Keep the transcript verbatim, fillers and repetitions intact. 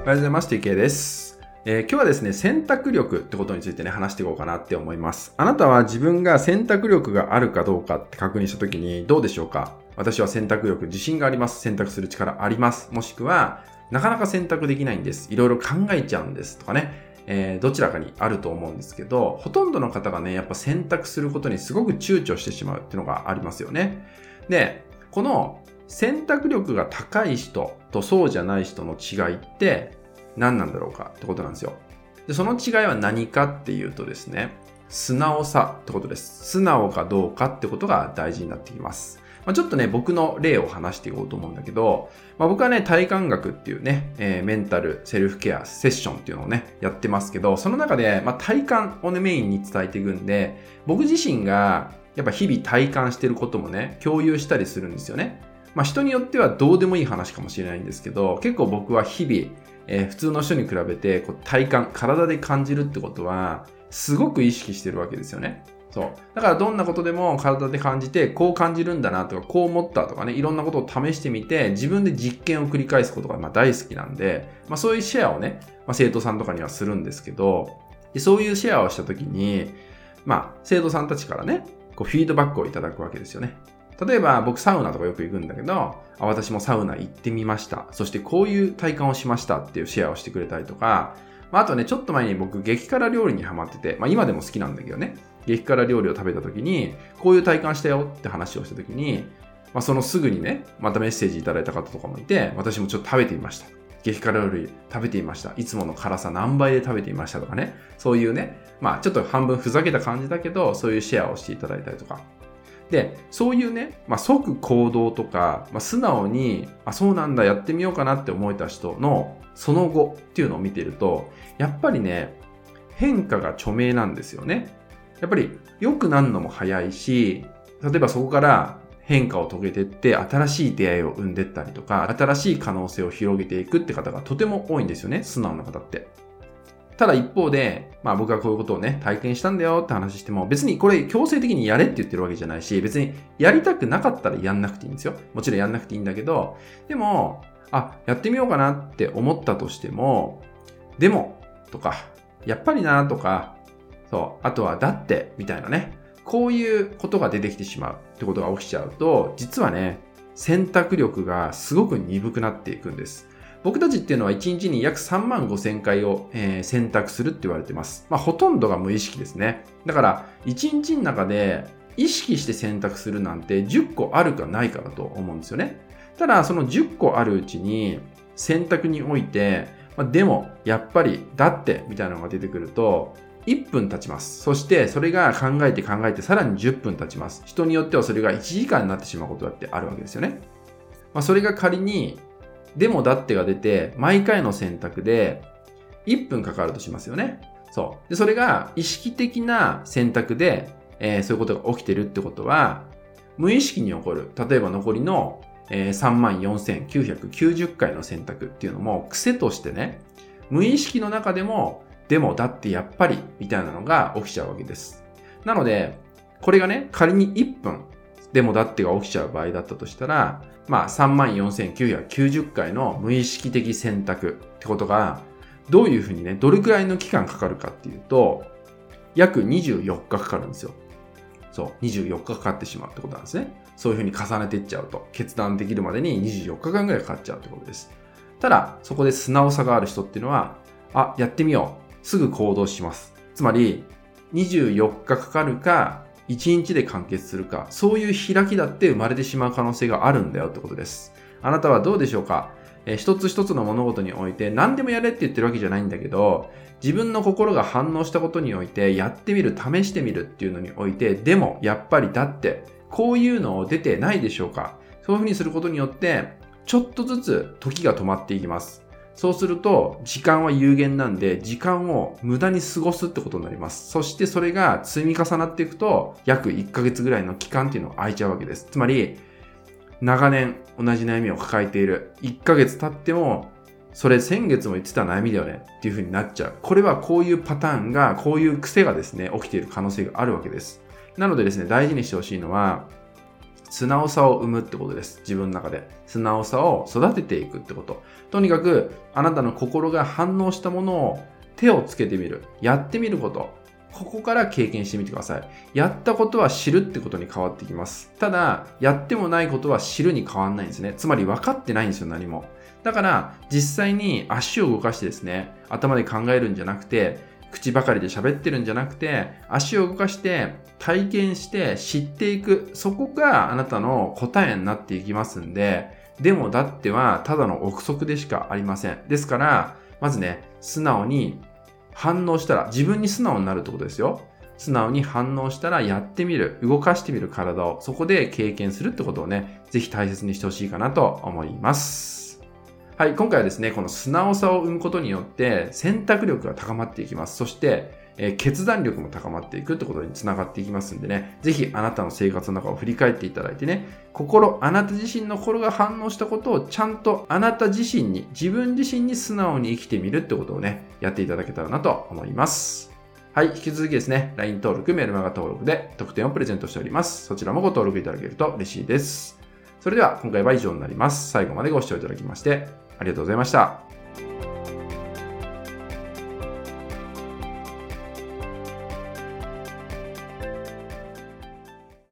おはようございます。ティーケー です。えー、今日はですね、選択力ってことについてね、話していこうかなって思います。あなたは自分が選択力があるかどうかって確認したときにどうでしょうか？私は選択力、自信があります。選択する力あります。もしくは、なかなか選択できないんです。いろいろ考えちゃうんですとかね。えー、どちらかにあると思うんですけど、ほとんどの方がね、やっぱ選択することにすごく躊躇してしまうっていうのがありますよね。で、この選択力が高い人とそうじゃない人の違いって何なんだろうかってことなんですよ。で、その違いは何かっていうとですね、素直さってことです。素直かどうかってことが大事になってきます。まあ、ちょっとね、僕の例を話していこうと思うんだけど、まあ、僕はね、体感学っていうね、えー、メンタル、セルフケア、セッションっていうのをね、やってますけど、その中で、まあ、体感をね、メインに伝えていくんで、僕自身がやっぱ日々体感してることもね、共有したりするんですよね。まあ、人によってはどうでもいい話かもしれないんですけど、結構僕は日々、えー、普通の人に比べてこう体感、体で感じるってことは、すごく意識してるわけですよね。そう。だからどんなことでも体で感じて、こう感じるんだなとか、こう思ったとかね、いろんなことを試してみて、自分で実験を繰り返すことがまあ大好きなんで、まあそういうシェアをね、まあ、生徒さんとかにはするんですけど、でそういうシェアをしたときに、まあ生徒さんたちからね、こうフィードバックをいただくわけですよね。例えば僕サウナとかよく行くんだけど、あ、私もサウナ行ってみました。そしてこういう体感をしましたっていうシェアをしてくれたりとか、まあ、あとね、ちょっと前に僕激辛料理にハマってて、まあ今でも好きなんだけどね、激辛料理を食べた時に、こういう体感したよって話をした時に、まあそのすぐにね、またメッセージいただいた方とかもいて、私もちょっと食べてみました。激辛料理食べてみました。いつもの辛さ何倍で食べてみましたとかね。そういうね、まあちょっと半分ふざけた感じだけど、そういうシェアをしていただいたりとか。で、そういうね、まあ、即行動とか、まあ、素直に、あ、そうなんだ、やってみようかなって思えた人のその後っていうのを見ていると、やっぱりね、変化が著明なんですよね。やっぱり良くなるのも早いし、例えばそこから変化を遂げていって、新しい出会いを生んでいったりとか、新しい可能性を広げていくって方がとても多いんですよね、素直な方って。ただ一方で、まあ僕はこういうことをね、体験したんだよって話しても、別にこれ強制的にやれって言ってるわけじゃないし、別にやりたくなかったらやんなくていいんですよ。もちろんやんなくていいんだけど、でも、あ、やってみようかなって思ったとしても、でも、とか、やっぱりなとか、そう、あとはだって、みたいなね、こういうことが出てきてしまうってことが起きちゃうと、実はね、選択力がすごく鈍くなっていくんです。僕たちっていうのはいちにちに約さんまんごせんかいを、えー、選択するって言われてます。まあほとんどが無意識ですね。だからいちにちの中で意識して選択するなんてじゅっこあるかないかだと思うんですよね。ただそのじゅっこあるうちに選択において、まあ、でもやっぱりだってみたいなのが出てくるといっぷん経ちます。そしてそれが考えて考えてさらにじゅっぷん経ちます。人によってはそれがいちじかんになってしまうことだってあるわけですよね。まあそれが仮にでもだってが出て、毎回の選択でいっぷんかかるとしますよね。そう。で、それが意識的な選択で、えー、そういうことが起きてるってことは、無意識に起こる。例えば残りの、えー、さんまんよんせんきゅうひゃくきゅうじゅっかいの選択っていうのも癖としてね、無意識の中でも、でもだってやっぱりみたいなのが起きちゃうわけです。なので、これがね、仮にいっぷん、でもだってが起きちゃう場合だったとしたら、まあ さんまんよんせんきゅうひゃくきゅうじゅっかいの無意識的選択ってことが、どういうふうにね、どれくらいの期間かかるかっていうと、約にじゅうよっかかかるんですよ。そう、にじゅうよっかかかってしまうってことなんですね。そういうふうに重ねていっちゃうと、決断できるまでににじゅうよっかかんぐらいかかっちゃうってことです。ただ、そこで素直さがある人っていうのは、あ、やってみよう。すぐ行動します。つまり、にじゅうよっかかかるか、いちにちで完結するか、そういう開きだって生まれてしまう可能性があるんだよってことです。あなたはどうでしょうか？えー、一つ一つの物事において何でもやれって言ってるわけじゃないんだけど、自分の心が反応したことにおいてやってみる、試してみるっていうのにおいて、でもやっぱりだってこういうの出てないでしょうか？そういうふうにすることによってちょっとずつ時が止まっていきます。そうすると時間は有限なんで時間を無駄に過ごすってことになります。そしてそれが積み重なっていくと約いっかげつぐらいの期間っていうのが空いちゃうわけです。つまり長年同じ悩みを抱えている。いっかげつ経ってもそれ先月も言ってた悩みだよねっていう風になっちゃう。これはこういうパターンが、こういう癖がですね、起きている可能性があるわけです。なのでですね、大事にしてほしいのは素直さを生むってことです。自分の中で。素直さを育てていくってこと。とにかく、あなたの心が反応したものを手をつけてみる。やってみること。ここから経験してみてください。やったことは知るってことに変わってきます。ただ、やってもないことは知るに変わんないんですね。つまり分かってないんですよ、何も。だから、実際に足を動かしてですね、頭で考えるんじゃなくて、口ばかりで喋ってるんじゃなくて、足を動かして体験して知っていく。そこがあなたの答えになっていきますんで、でもだってはただの憶測でしかありません。ですから、まずね、素直に反応したら、自分に素直になるってことですよ。素直に反応したらやってみる、動かしてみる体を、そこで経験するってことをね、ぜひ大切にしてほしいかなと思います。はい、今回はですね、この素直さを生むことによって選択力が高まっていきます。そして、えー、決断力も高まっていくってことにつながっていきますんでね、ぜひあなたの生活の中を振り返っていただいてね、心、あなた自身の心が反応したことをちゃんとあなた自身に、自分自身に素直に生きてみるってことをね、やっていただけたらなと思います。はい、引き続きですね、ライン 登録、メルマガ登録で特典をプレゼントしております。そちらもご登録いただけると嬉しいです。それでは今回は以上になります。最後までご視聴いただきましてありがとうございました。